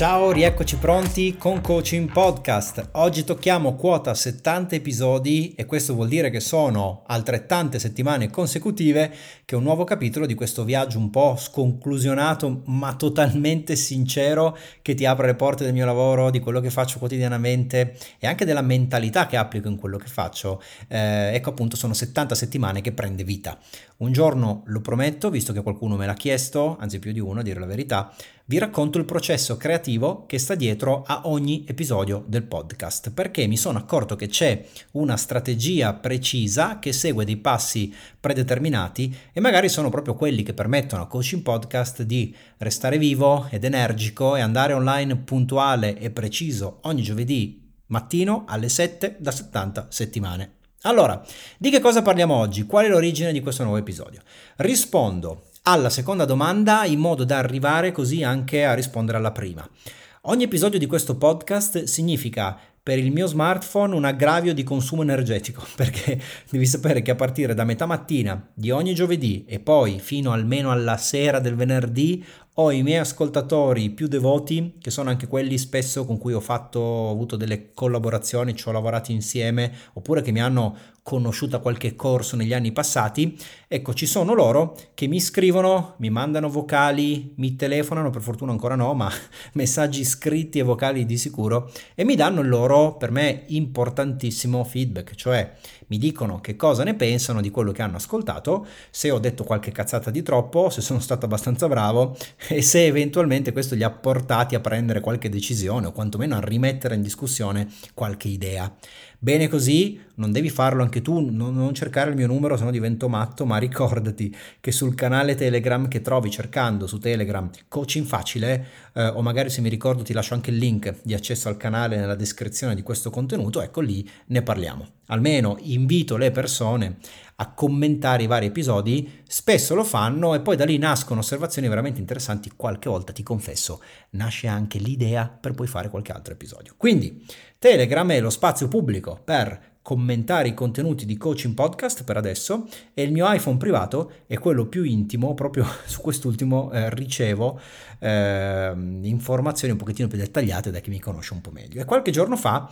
Ciao, rieccoci pronti con Coaching Podcast. Oggi tocchiamo quota 70 episodi e questo vuol dire che sono altrettante settimane consecutive che un nuovo capitolo di questo viaggio un po' sconclusionato ma totalmente sincero che ti apre le porte del mio lavoro, di quello che faccio quotidianamente e anche della mentalità che applico in quello che faccio. Ecco appunto sono 70 settimane che prende vita. Un giorno, lo prometto, visto che qualcuno me l'ha chiesto, anzi più di uno a dire la verità, vi racconto il processo creativo che sta dietro a ogni episodio del podcast, perché mi sono accorto che c'è una strategia precisa che segue dei passi predeterminati e magari sono proprio quelli che permettono a Coaching Podcast di restare vivo ed energico e andare online puntuale e preciso ogni giovedì mattino alle 7 da 70 settimane. Allora, di che cosa parliamo oggi? Qual è l'origine di questo nuovo episodio? Rispondo alla seconda domanda in modo da arrivare così anche a rispondere alla prima. Ogni episodio di questo podcast significa per il mio smartphone un aggravio di consumo energetico, perché devi sapere che a partire da metà mattina di ogni giovedì e poi fino almeno alla sera del venerdì ho i miei ascoltatori più devoti, che sono anche quelli spesso con cui ho avuto delle collaborazioni, ci ho lavorato insieme, oppure che mi hanno conosciuto a qualche corso negli anni passati. Ecco, ci sono loro che mi scrivono, mi mandano vocali, mi telefonano, per fortuna ancora no, ma messaggi scritti e vocali di sicuro, e mi danno il loro, per me, importantissimo feedback, cioè mi dicono che cosa ne pensano di quello che hanno ascoltato, se ho detto qualche cazzata di troppo, se sono stato abbastanza bravo e se eventualmente questo li ha portati a prendere qualche decisione o quantomeno a rimettere in discussione qualche idea. Bene così, non devi farlo anche tu, non cercare il mio numero, sennò divento matto, ma ricordati che sul canale Telegram che trovi cercando su Telegram Coaching Facile, o magari se mi ricordo ti lascio anche il link di accesso al canale nella descrizione di questo contenuto, ecco lì ne parliamo. Almeno invito le persone a commentare i vari episodi, spesso lo fanno e poi da lì nascono osservazioni veramente interessanti, qualche volta ti confesso nasce anche l'idea per poi fare qualche altro episodio. Quindi Telegram è lo spazio pubblico per commentare i contenuti di Coaching Podcast per adesso e il mio iPhone privato è quello più intimo, proprio su quest'ultimo ricevo informazioni un pochettino più dettagliate da chi mi conosce un po' meglio. E qualche giorno fa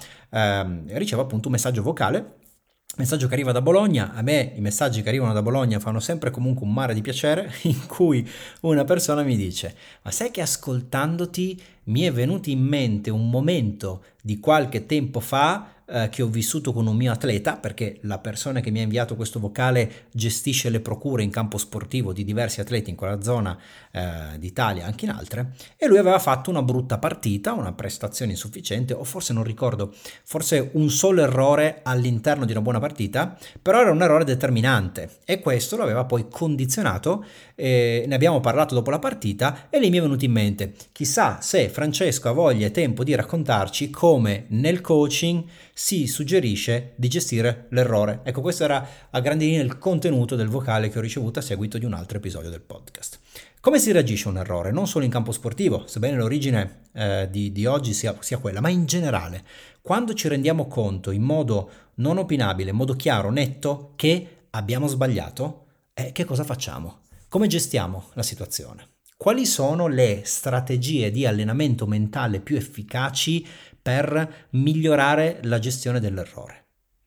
ricevo appunto un messaggio vocale, messaggio che arriva da Bologna. A me i messaggi che arrivano da Bologna fanno sempre comunque un mare di piacere, in cui una persona mi dice: ma sai che ascoltandoti mi è venuto in mente un momento di qualche tempo fa che ho vissuto con un mio atleta, perché la persona che mi ha inviato questo vocale gestisce le procure in campo sportivo di diversi atleti in quella zona d'Italia, anche in altre, e lui aveva fatto una brutta partita, una prestazione insufficiente, o forse non ricordo, forse un solo errore all'interno di una buona partita, però era un errore determinante e questo lo aveva poi condizionato. Ne abbiamo parlato dopo la partita e lì mi è venuto in mente: chissà se Francesco ha voglia e tempo di raccontarci come nel coaching si suggerisce di gestire l'errore. Ecco, questo era a grandi linee il contenuto del vocale che ho ricevuto a seguito di un altro episodio del podcast. Come si reagisce a un errore? Non solo in campo sportivo, sebbene l'origine di oggi sia quella, ma in generale, quando ci rendiamo conto in modo non opinabile, in modo chiaro, netto, che abbiamo sbagliato, che cosa facciamo? Come gestiamo la situazione? Quali sono le strategie di allenamento mentale più efficaci per migliorare la gestione dell'errore?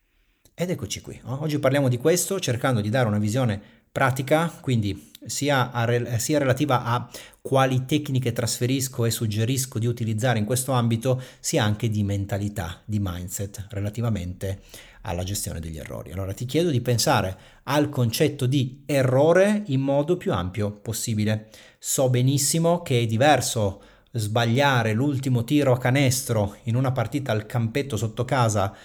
Ed eccoci qui. Oggi parliamo di questo cercando di dare una visione pratica, quindi sia relativa a quali tecniche trasferisco e suggerisco di utilizzare in questo ambito, sia anche di mentalità, di mindset relativamente alla gestione degli errori. Allora ti chiedo di pensare al concetto di errore in modo più ampio possibile. So benissimo che è diverso sbagliare l'ultimo tiro a canestro in una partita al campetto sotto casa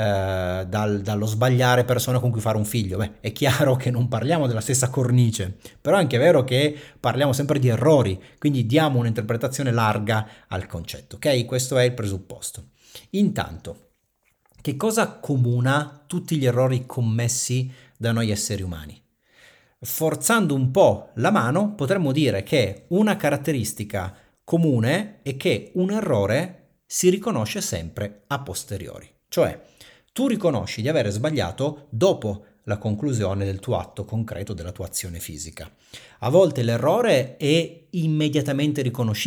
dallo sbagliare persona con cui fare un figlio. È chiaro che non parliamo della stessa cornice, però è anche vero che parliamo sempre di errori, quindi diamo un'interpretazione larga al concetto, ok? Questo è il presupposto. Intanto, che cosa accomuna tutti gli errori commessi da noi esseri umani? Forzando un po' la mano, potremmo dire che una caratteristica comune è che un errore si riconosce sempre a posteriori, cioè tu riconosci di aver sbagliato dopo la conclusione del tuo atto concreto, della tua azione fisica. A volte l'errore è immediatamente riconoscibile,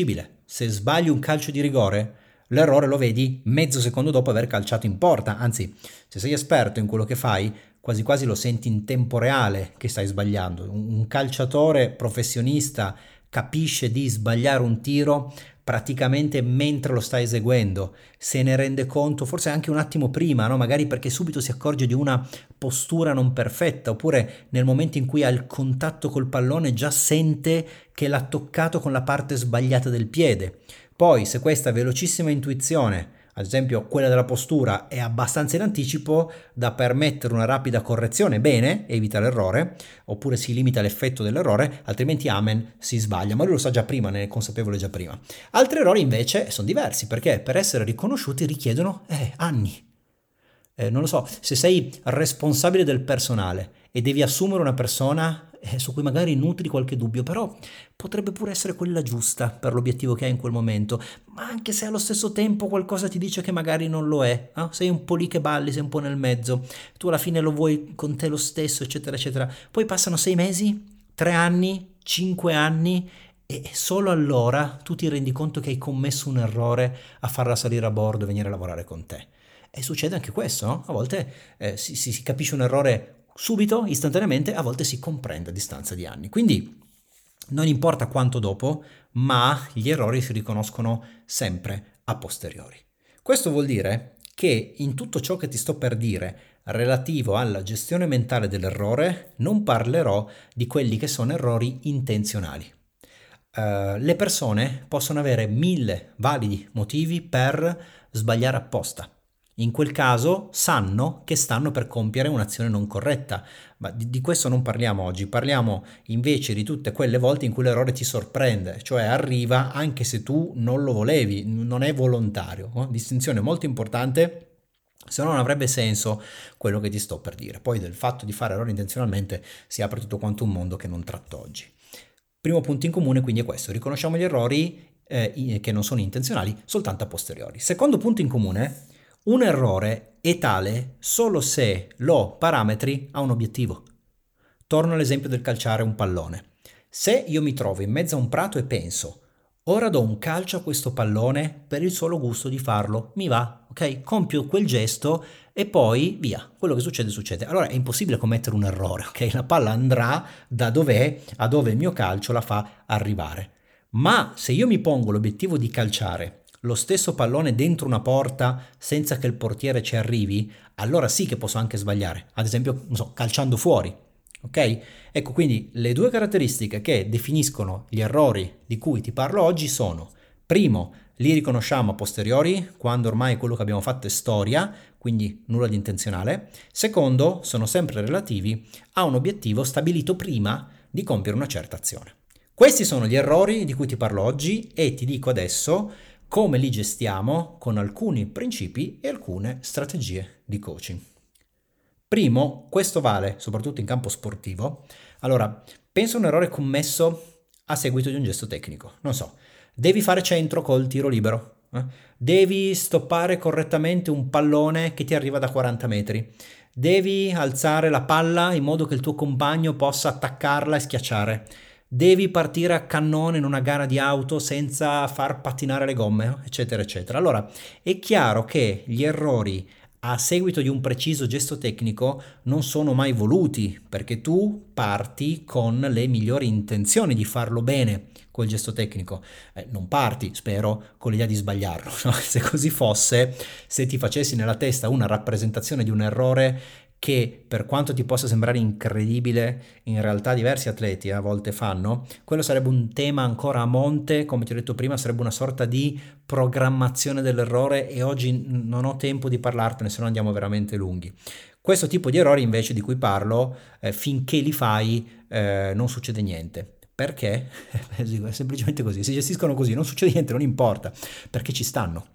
se sbagli un calcio di rigore, l'errore lo vedi mezzo secondo dopo aver calciato in porta, anzi, se sei esperto in quello che fai, quasi quasi lo senti in tempo reale che stai sbagliando. Un calciatore professionista capisce di sbagliare un tiro praticamente mentre lo sta eseguendo, se ne rende conto forse anche un attimo prima, no? Magari perché subito si accorge di una postura non perfetta, oppure nel momento in cui ha il contatto col pallone già sente che l'ha toccato con la parte sbagliata del piede. Poi, se questa velocissima intuizione, ad esempio quella della postura, è abbastanza in anticipo da permettere una rapida correzione, bene, evita l'errore, oppure si limita l'effetto dell'errore, altrimenti amen, si sbaglia, ma lui lo sa già prima, ne è consapevole già prima. Altri errori invece sono diversi, perché per essere riconosciuti richiedono anni. Non lo so, se sei responsabile del personale e devi assumere una persona su cui magari nutri qualche dubbio, però potrebbe pure essere quella giusta per l'obiettivo che hai in quel momento, ma anche se allo stesso tempo qualcosa ti dice che magari non lo è, no? Sei un po' lì che balli, sei un po' nel mezzo, tu alla fine lo vuoi con te lo stesso, eccetera, eccetera. Poi passano 6 mesi, 3 anni, 5 anni e solo allora tu ti rendi conto che hai commesso un errore a farla salire a bordo e venire a lavorare con te. E succede anche questo, no? A volte si capisce un errore subito, istantaneamente, a volte si comprende a distanza di anni. Quindi non importa quanto dopo, ma gli errori si riconoscono sempre a posteriori. Questo vuol dire che in tutto ciò che ti sto per dire relativo alla gestione mentale dell'errore, non parlerò di quelli che sono errori intenzionali. Le persone possono avere 1000 validi motivi per sbagliare apposta. In quel caso sanno che stanno per compiere un'azione non corretta, ma di questo non parliamo oggi, parliamo invece di tutte quelle volte in cui l'errore ti sorprende, cioè arriva anche se tu non lo volevi, non è volontario. Distinzione molto importante, se no non avrebbe senso quello che ti sto per dire. Poi del fatto di fare errori intenzionalmente si apre tutto quanto un mondo che non tratto oggi. Primo punto in comune quindi è questo, riconosciamo gli errori che non sono intenzionali soltanto a posteriori. Secondo punto in comune, un errore è tale solo se lo parametri a un obiettivo. Torno all'esempio del calciare un pallone. Se io mi trovo in mezzo a un prato e penso, ora do un calcio a questo pallone per il solo gusto di farlo, mi va, ok? Compio quel gesto e poi via, quello che succede succede. Allora è impossibile commettere un errore, ok? La palla andrà da dov'è a dove il mio calcio la fa arrivare. Ma se io mi pongo l'obiettivo di calciare lo stesso pallone dentro una porta senza che il portiere ci arrivi, allora sì che posso anche sbagliare, ad esempio, non so, calciando fuori, ok? Ecco, quindi le due caratteristiche che definiscono gli errori di cui ti parlo oggi sono: primo, li riconosciamo a posteriori, quando ormai quello che abbiamo fatto è storia, quindi nulla di intenzionale; secondo, sono sempre relativi a un obiettivo stabilito prima di compiere una certa azione. Questi sono gli errori di cui ti parlo oggi e ti dico adesso come li gestiamo con alcuni principi e alcune strategie di coaching. Primo, questo vale soprattutto in campo sportivo. Allora, pensa a un errore commesso a seguito di un gesto tecnico. Non so, devi fare centro col tiro libero, devi stoppare correttamente un pallone che ti arriva da 40 metri, devi alzare la palla in modo che il tuo compagno possa attaccarla e schiacciare. Devi partire a cannone in una gara di auto senza far pattinare le gomme, eccetera, eccetera. Allora, è chiaro che gli errori a seguito di un preciso gesto tecnico non sono mai voluti, perché tu parti con le migliori intenzioni di farlo bene quel gesto tecnico. Non parti, spero, con l'idea di sbagliarlo. No? Se così fosse, se ti facessi nella testa una rappresentazione di un errore che, per quanto ti possa sembrare incredibile, in realtà diversi atleti a volte fanno, quello sarebbe un tema ancora a monte. Come ti ho detto prima, sarebbe una sorta di programmazione dell'errore e oggi non ho tempo di parlartene, se no andiamo veramente lunghi. Questo tipo di errori invece di cui parlo, finché li fai non succede niente. Perché? È semplicemente così, si gestiscono così, non succede niente, non importa, perché ci stanno,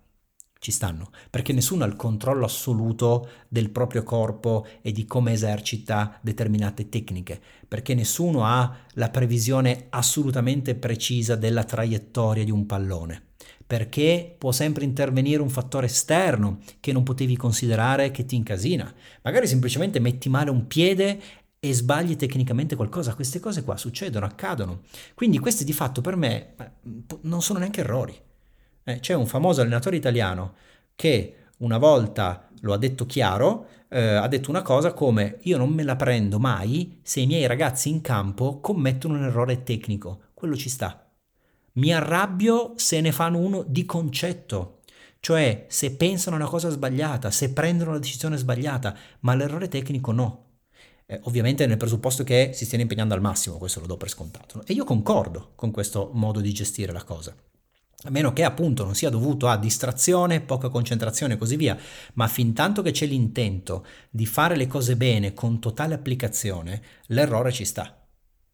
perché nessuno ha il controllo assoluto del proprio corpo e di come esercita determinate tecniche, perché nessuno ha la previsione assolutamente precisa della traiettoria di un pallone, perché può sempre intervenire un fattore esterno che non potevi considerare che ti incasina. Magari semplicemente metti male un piede e sbagli tecnicamente qualcosa, queste cose qua succedono, accadono. Quindi questi di fatto per me non sono neanche errori. C'è un famoso allenatore italiano che una volta lo ha detto chiaro, ha detto una cosa come: io non me la prendo mai se i miei ragazzi in campo commettono un errore tecnico, quello ci sta. Mi arrabbio se ne fanno uno di concetto, cioè se pensano una cosa sbagliata, se prendono una decisione sbagliata, ma l'errore tecnico no. Ovviamente nel presupposto che si stiano impegnando al massimo, questo lo do per scontato, no? E io concordo con questo modo di gestire la cosa. A meno che appunto non sia dovuto a distrazione, poca concentrazione e così via, ma fin tanto che c'è l'intento di fare le cose bene con totale applicazione, l'errore ci sta.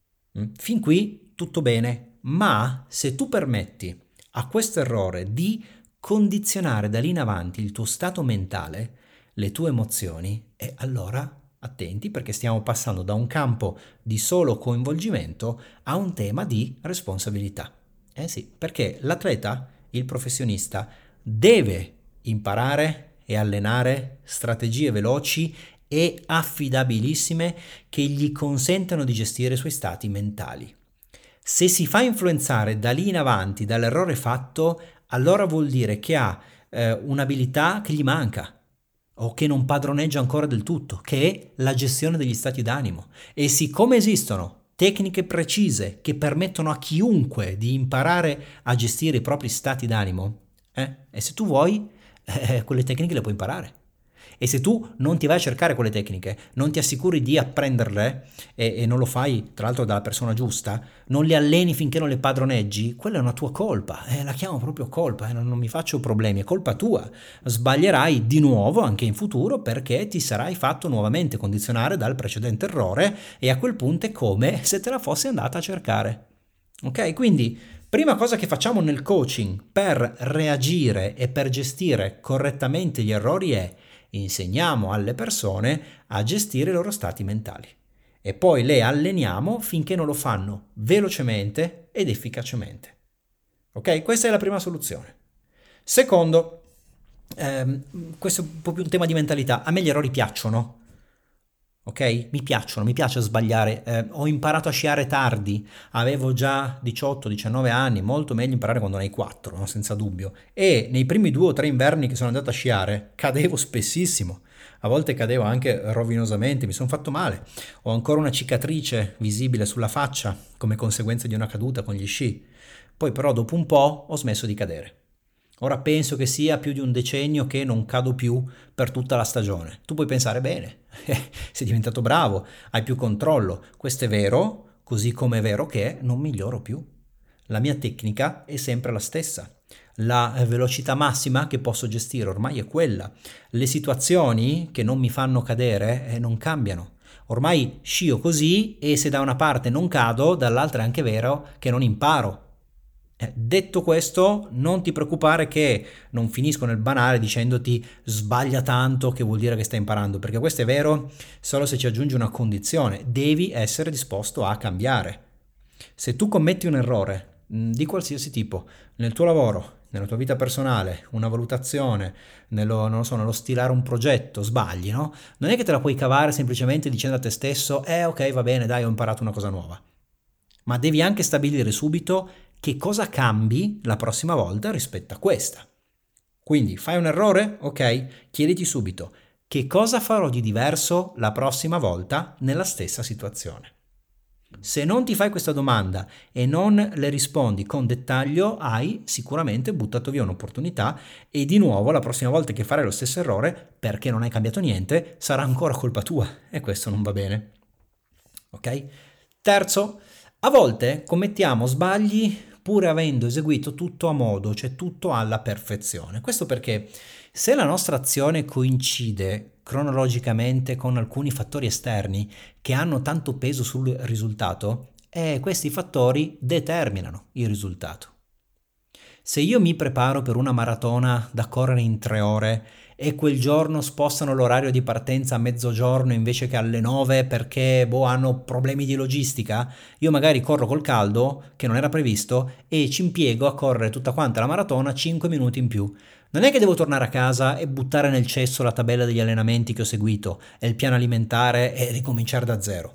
Fin qui tutto bene, ma se tu permetti a questo errore di condizionare da lì in avanti il tuo stato mentale, le tue emozioni, e allora attenti, perché stiamo passando da un campo di solo coinvolgimento a un tema di responsabilità. Eh sì, perché l'atleta, il professionista, deve imparare e allenare strategie veloci e affidabilissime che gli consentano di gestire i suoi stati mentali. Se si fa influenzare da lì in avanti dall'errore fatto, allora vuol dire che ha un'abilità che gli manca o che non padroneggia ancora del tutto, che è la gestione degli stati d'animo. E siccome esistono tecniche precise che permettono a chiunque di imparare a gestire i propri stati d'animo, e se tu vuoi, quelle tecniche le puoi imparare. E se tu non ti vai a cercare quelle tecniche, non ti assicuri di apprenderle e non lo fai tra l'altro dalla persona giusta, non le alleni finché non le padroneggi, quella è una tua colpa, la chiamo proprio colpa, non mi faccio problemi, è colpa tua. Sbaglierai di nuovo anche in futuro perché ti sarai fatto nuovamente condizionare dal precedente errore e a quel punto è come se te la fossi andata a cercare. Ok? Quindi prima cosa che facciamo nel coaching per reagire e per gestire correttamente gli errori è: insegniamo alle persone a gestire i loro stati mentali e poi le alleniamo finché non lo fanno velocemente ed efficacemente. Ok? Questa è la prima soluzione. Secondo, questo è un po' più un tema di mentalità. A me gli errori piacciono. Ok? Mi piacciono, mi piace sbagliare. Ho imparato a sciare tardi, avevo già 18-19 anni, molto meglio imparare quando ne hai 4, no? Senza dubbio. E nei primi 2 o 3 inverni che sono andato a sciare, cadevo spessissimo. A volte cadevo anche rovinosamente, mi sono fatto male. Ho ancora una cicatrice visibile sulla faccia come conseguenza di una caduta con gli sci. Poi però dopo un po' ho smesso di cadere. Ora penso che sia più di un decennio che non cado più per tutta la stagione. Tu puoi pensare: bene, sei diventato bravo, hai più controllo. Questo è vero, così come è vero che non miglioro più. La mia tecnica è sempre la stessa. La velocità massima che posso gestire ormai è quella. Le situazioni che non mi fanno cadere non cambiano. Ormai scio così e se da una parte non cado, dall'altra è anche vero che non imparo. Detto questo, non ti preoccupare che non finisco nel banale dicendoti sbaglia tanto che vuol dire che stai imparando, perché questo è vero solo se ci aggiungi una condizione: devi essere disposto a cambiare. Se tu commetti un errore di qualsiasi tipo nel tuo lavoro, nella tua vita personale, una valutazione, non lo so, nello stilare un progetto, sbagli, no? Non è che te la puoi cavare semplicemente dicendo a te stesso: ok, va bene, dai, ho imparato una cosa nuova. Ma devi anche stabilire subito che cosa cambi la prossima volta rispetto a questa. Quindi fai un errore? Ok, chiediti subito: che cosa farò di diverso la prossima volta nella stessa situazione? Se non ti fai questa domanda e non le rispondi con dettaglio, hai sicuramente buttato via un'opportunità e di nuovo la prossima volta che farai lo stesso errore, perché non hai cambiato niente, sarà ancora colpa tua e questo non va bene. Ok? Terzo, a volte commettiamo sbagli pur avendo eseguito tutto a modo, cioè tutto alla perfezione. Questo perché se la nostra azione coincide cronologicamente con alcuni fattori esterni che hanno tanto peso sul risultato, questi fattori determinano il risultato. Se io mi preparo per una maratona da correre in 3 ore e quel giorno spostano l'orario di partenza a mezzogiorno invece che alle 9 perché hanno problemi di logistica, io magari corro col caldo, che non era previsto, e ci impiego a correre tutta quanta la maratona 5 minuti in più. Non è che devo tornare a casa e buttare nel cesso la tabella degli allenamenti che ho seguito e il piano alimentare e ricominciare da zero.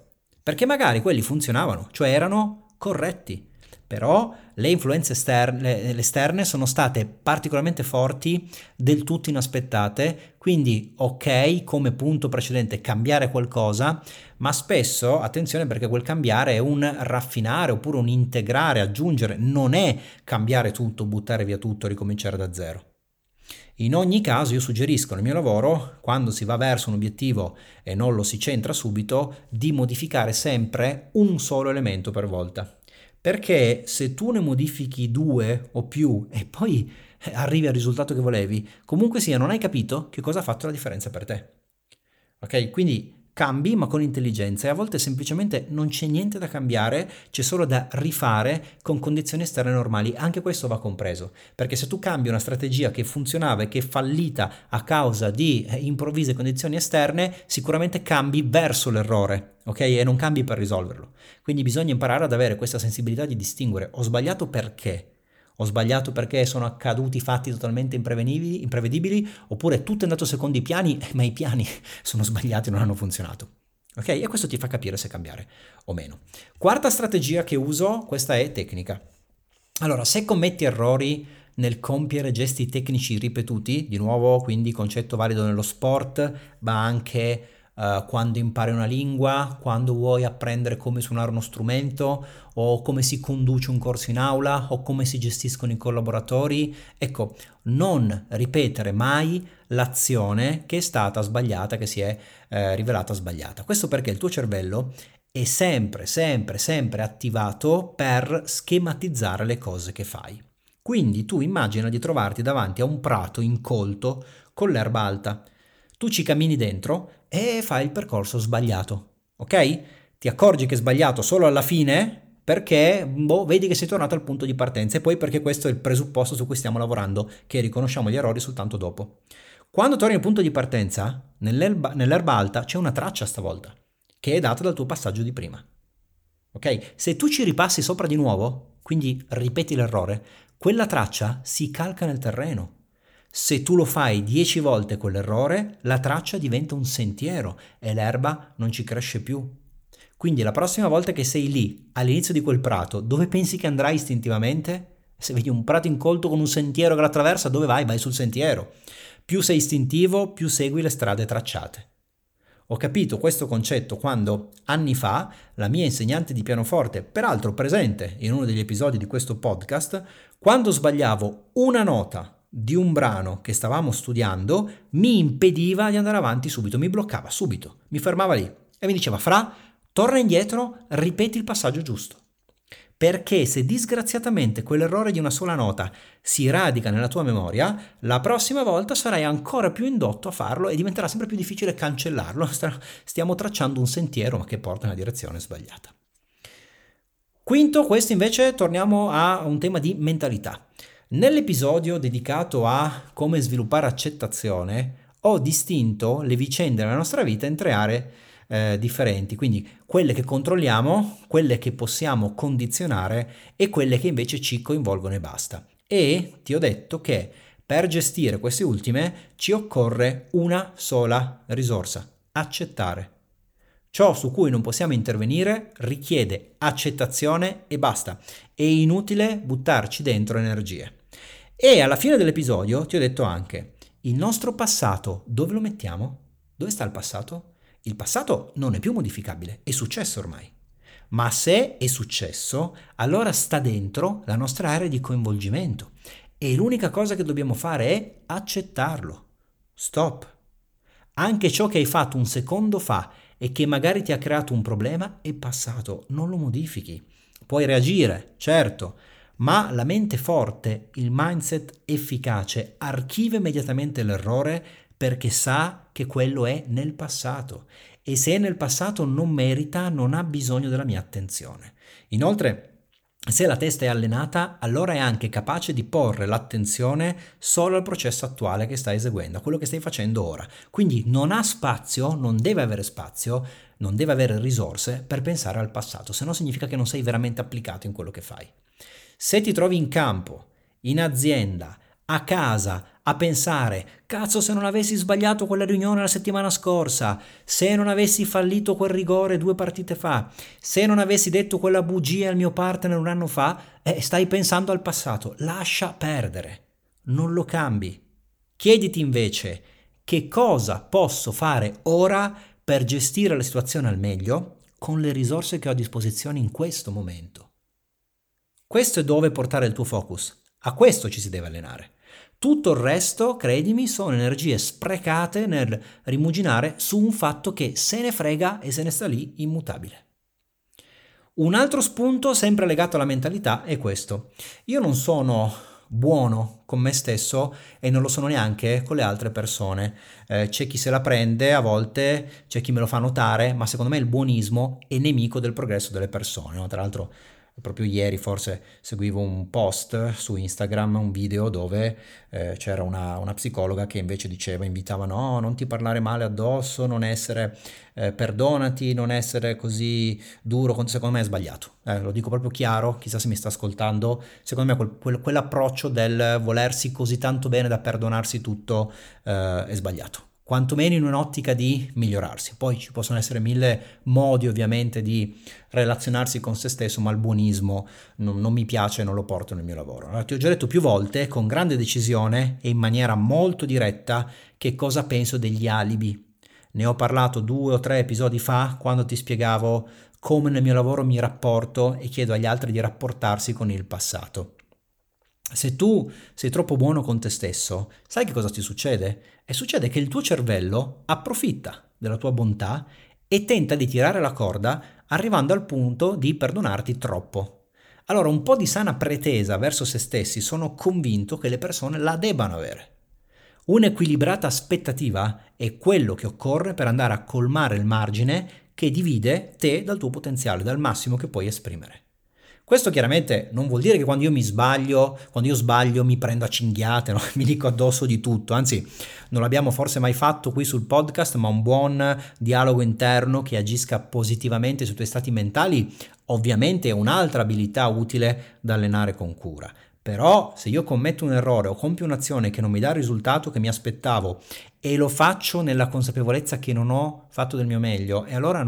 perché magari quelli funzionavano, cioè erano corretti. Però le influenze le esterne sono state particolarmente forti, del tutto inaspettate, quindi ok, come punto precedente, cambiare qualcosa, ma spesso, attenzione perché quel cambiare è un raffinare oppure un integrare, aggiungere, non è cambiare tutto, buttare via tutto, ricominciare da zero. In ogni caso io suggerisco nel mio lavoro, quando si va verso un obiettivo e non lo si centra subito, di modificare sempre un solo elemento per volta. Perché se tu ne modifichi due o più e poi arrivi al risultato che volevi, comunque sia non hai capito che cosa ha fatto la differenza per te. Ok? Quindi cambi ma con intelligenza e a volte semplicemente non c'è niente da cambiare, c'è solo da rifare con condizioni esterne normali. Anche questo va compreso, perché se tu cambi una strategia che funzionava e che è fallita a causa di improvvise condizioni esterne, sicuramente cambi verso l'errore, ok? E non cambi per risolverlo. Quindi bisogna imparare ad avere questa sensibilità di distinguere: ho sbagliato perché? Ho sbagliato perché sono accaduti fatti totalmente imprevedibili, oppure tutto è andato secondo i piani, ma i piani sono sbagliati e non hanno funzionato. Ok? E questo ti fa capire se cambiare o meno. Quarta strategia che uso, questa è tecnica. Allora, se commetti errori nel compiere gesti tecnici ripetuti, di nuovo, quindi concetto valido nello sport, ma anche quando impari una lingua, quando vuoi apprendere come suonare uno strumento o come si conduce un corso in aula o come si gestiscono i collaboratori, ecco, non ripetere mai l'azione che è stata sbagliata, che si è rivelata sbagliata. Questo perché il tuo cervello è sempre attivato per schematizzare le cose che fai. Quindi tu immagina di trovarti davanti a un prato incolto con l'erba alta. Tu ci cammini dentro e fai il percorso sbagliato, ok? Ti accorgi che è sbagliato solo alla fine perché vedi che sei tornato al punto di partenza e poi perché questo è il presupposto su cui stiamo lavorando, che riconosciamo gli errori soltanto dopo. Quando torni al punto di partenza, nell'erba alta c'è una traccia stavolta, che è data dal tuo passaggio di prima. Ok? Se tu ci ripassi sopra di nuovo, quindi ripeti l'errore, quella traccia si calca nel terreno. Se tu lo fai 10 volte quell'errore, la traccia diventa un sentiero e l'erba non ci cresce più. Quindi la prossima volta che sei lì, all'inizio di quel prato, dove pensi che andrai istintivamente? Se vedi un prato incolto con un sentiero che la attraversa, dove vai? Vai sul sentiero. Più sei istintivo, più segui le strade tracciate. Ho capito questo concetto quando anni fa la mia insegnante di pianoforte, peraltro presente in uno degli episodi di questo podcast, quando sbagliavo una nota di un brano che stavamo studiando, mi impediva di andare avanti subito, mi bloccava subito, mi fermava lì e mi diceva: Fra, torna indietro, ripeti il passaggio giusto. Perché se disgraziatamente quell'errore di una sola nota si radica nella tua memoria, la prossima volta sarai ancora più indotto a farlo e diventerà sempre più difficile cancellarlo. Stiamo tracciando un sentiero ma che porta nella direzione sbagliata. Quinto, questo invece torniamo a un tema di mentalità. Nell'episodio dedicato a come sviluppare accettazione, ho distinto le vicende della nostra vita in tre aree differenti, quindi quelle che controlliamo, quelle che possiamo condizionare e quelle che invece ci coinvolgono e basta. E ti ho detto che per gestire queste ultime ci occorre una sola risorsa: accettare. Ciò su cui non possiamo intervenire richiede accettazione e basta. È inutile buttarci dentro energie. E alla fine dell'episodio ti ho detto anche: il nostro passato dove lo mettiamo? Dove sta il passato? Il passato non è più modificabile, è successo ormai. Ma se è successo, allora sta dentro la nostra area di coinvolgimento e l'unica cosa che dobbiamo fare è accettarlo. Stop. Anche ciò che hai fatto un secondo fa e che magari ti ha creato un problema è passato, non lo modifichi. Puoi reagire, certo, ma la mente forte, il mindset efficace, archiva immediatamente l'errore perché sa che quello è nel passato e se è nel passato non merita, non ha bisogno della mia attenzione. Inoltre, se la testa è allenata, allora è anche capace di porre l'attenzione solo al processo attuale che stai eseguendo, a quello che stai facendo ora. Quindi non ha spazio, non deve avere spazio, non deve avere risorse per pensare al passato, se no significa che non sei veramente applicato in quello che fai. Se ti trovi in campo, in azienda, a casa, a pensare, cazzo, se non avessi sbagliato quella riunione la settimana scorsa, se non avessi fallito quel rigore 2 partite fa, se non avessi detto quella bugia al mio partner un anno fa, stai pensando al passato. Lascia perdere, non lo cambi. Chiediti invece che cosa posso fare ora per gestire la situazione al meglio con le risorse che ho a disposizione in questo momento. Questo è dove portare il tuo focus. A questo ci si deve allenare. Tutto il resto, credimi, sono energie sprecate nel rimuginare su un fatto che se ne frega e se ne sta lì immutabile. Un altro spunto, sempre legato alla mentalità, è questo. Io non sono buono con me stesso e non lo sono neanche con le altre persone. C'è chi se la prende, a volte c'è chi me lo fa notare, ma secondo me il buonismo è nemico del progresso delle persone, no? Tra l'altro proprio ieri forse seguivo un post su Instagram, un video dove c'era una psicologa che invece invitava no, non ti parlare male addosso, non essere, perdonati, non essere così duro, secondo me è sbagliato, lo dico proprio chiaro, chissà se mi sta ascoltando, secondo me quell'approccio del volersi così tanto bene da perdonarsi tutto è sbagliato. Quantomeno in un'ottica di migliorarsi. Poi ci possono essere mille modi ovviamente di relazionarsi con se stesso, ma il buonismo non mi piace e non lo porto nel mio lavoro. Allora, ti ho già detto più volte, con grande decisione e in maniera molto diretta, che cosa penso degli alibi. Ne ho parlato 2 o 3 episodi fa, quando ti spiegavo come nel mio lavoro mi rapporto e chiedo agli altri di rapportarsi con il passato. Se tu sei troppo buono con te stesso, sai che cosa ti succede? E succede che il tuo cervello approfitta della tua bontà e tenta di tirare la corda arrivando al punto di perdonarti troppo. Allora un po' di sana pretesa verso se stessi sono convinto che le persone la debbano avere. Un'equilibrata aspettativa è quello che occorre per andare a colmare il margine che divide te dal tuo potenziale, dal massimo che puoi esprimere. Questo chiaramente non vuol dire che quando io sbaglio mi prendo a cinghiate, no? Mi dico addosso di tutto, anzi non l'abbiamo forse mai fatto qui sul podcast, ma un buon dialogo interno che agisca positivamente sui tuoi stati mentali ovviamente è un'altra abilità utile da allenare con cura. Però se io commetto un errore o compio un'azione che non mi dà il risultato che mi aspettavo e lo faccio nella consapevolezza che non ho fatto del mio meglio, e allora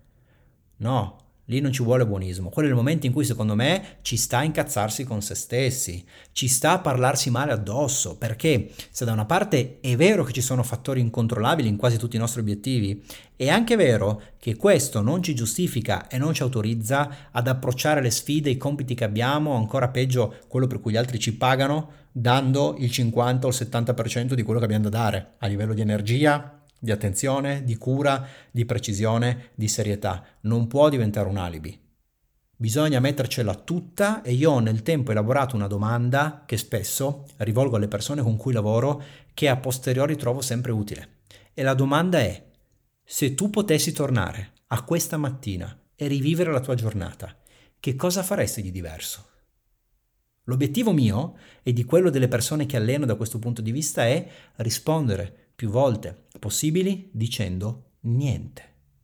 no, lì non ci vuole buonismo. Quello è il momento in cui secondo me ci sta a incazzarsi con se stessi, ci sta a parlarsi male addosso, perché se da una parte è vero che ci sono fattori incontrollabili in quasi tutti i nostri obiettivi, è anche vero che questo non ci giustifica e non ci autorizza ad approcciare le sfide, i compiti che abbiamo, o ancora peggio quello per cui gli altri ci pagano, dando il 50 o il 70% di quello che abbiamo da dare a livello di energia, di attenzione, di cura, di precisione, di serietà. Non può diventare un alibi. Bisogna mettercela tutta e io ho nel tempo elaborato una domanda che spesso rivolgo alle persone con cui lavoro che a posteriori trovo sempre utile. E la domanda è: se tu potessi tornare a questa mattina e rivivere la tua giornata, che cosa faresti di diverso? L'obiettivo mio e di quello delle persone che alleno da questo punto di vista è rispondere più volte possibili dicendo niente.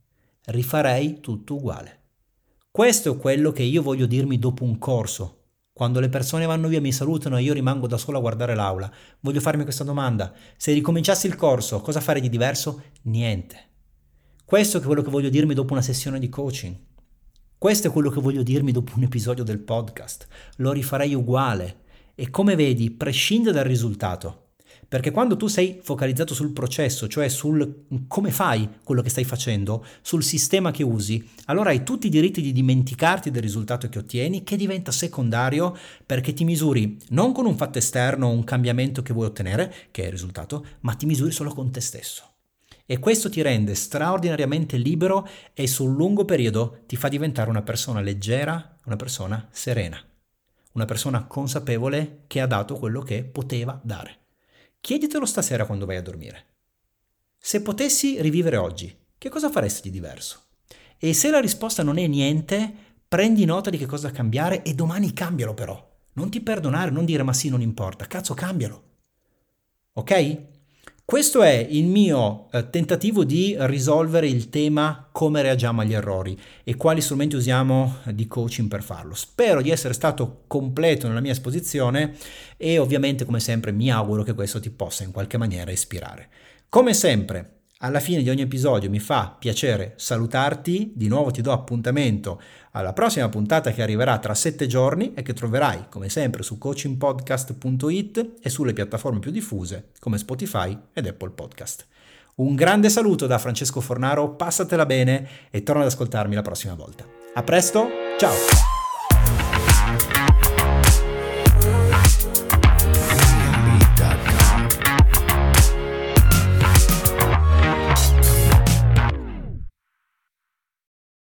Rifarei tutto uguale. Questo è quello che io voglio dirmi dopo un corso. Quando le persone vanno via, mi salutano e io rimango da solo a guardare l'aula. Voglio farmi questa domanda. Se ricominciassi il corso, cosa farei di diverso? Niente. Questo è quello che voglio dirmi dopo una sessione di coaching. Questo è quello che voglio dirmi dopo un episodio del podcast. Lo rifarei uguale. E come vedi, prescinde dal risultato. Perché quando tu sei focalizzato sul processo, cioè sul come fai quello che stai facendo, sul sistema che usi, allora hai tutti i diritti di dimenticarti del risultato che ottieni, che diventa secondario perché ti misuri non con un fatto esterno o un cambiamento che vuoi ottenere, che è il risultato, ma ti misuri solo con te stesso. E questo ti rende straordinariamente libero e sul lungo periodo ti fa diventare una persona leggera, una persona serena, una persona consapevole che ha dato quello che poteva dare. Chieditelo stasera quando vai a dormire. Se potessi rivivere oggi, che cosa faresti di diverso? E se la risposta non è niente, prendi nota di che cosa cambiare e domani cambialo però. Non ti perdonare, non dire ma sì, non importa, cazzo cambialo. Ok? Questo è il mio tentativo di risolvere il tema come reagiamo agli errori e quali strumenti usiamo di coaching per farlo. Spero di essere stato completo nella mia esposizione e ovviamente come sempre mi auguro che questo ti possa in qualche maniera ispirare. Come sempre, alla fine di ogni episodio mi fa piacere salutarti, di nuovo ti do appuntamento alla prossima puntata che arriverà tra 7 giorni e che troverai come sempre su coachingpodcast.it e sulle piattaforme più diffuse come Spotify ed Apple Podcast. Un grande saluto da Francesco Fornaro, passatela bene e torna ad ascoltarmi la prossima volta. A presto, ciao!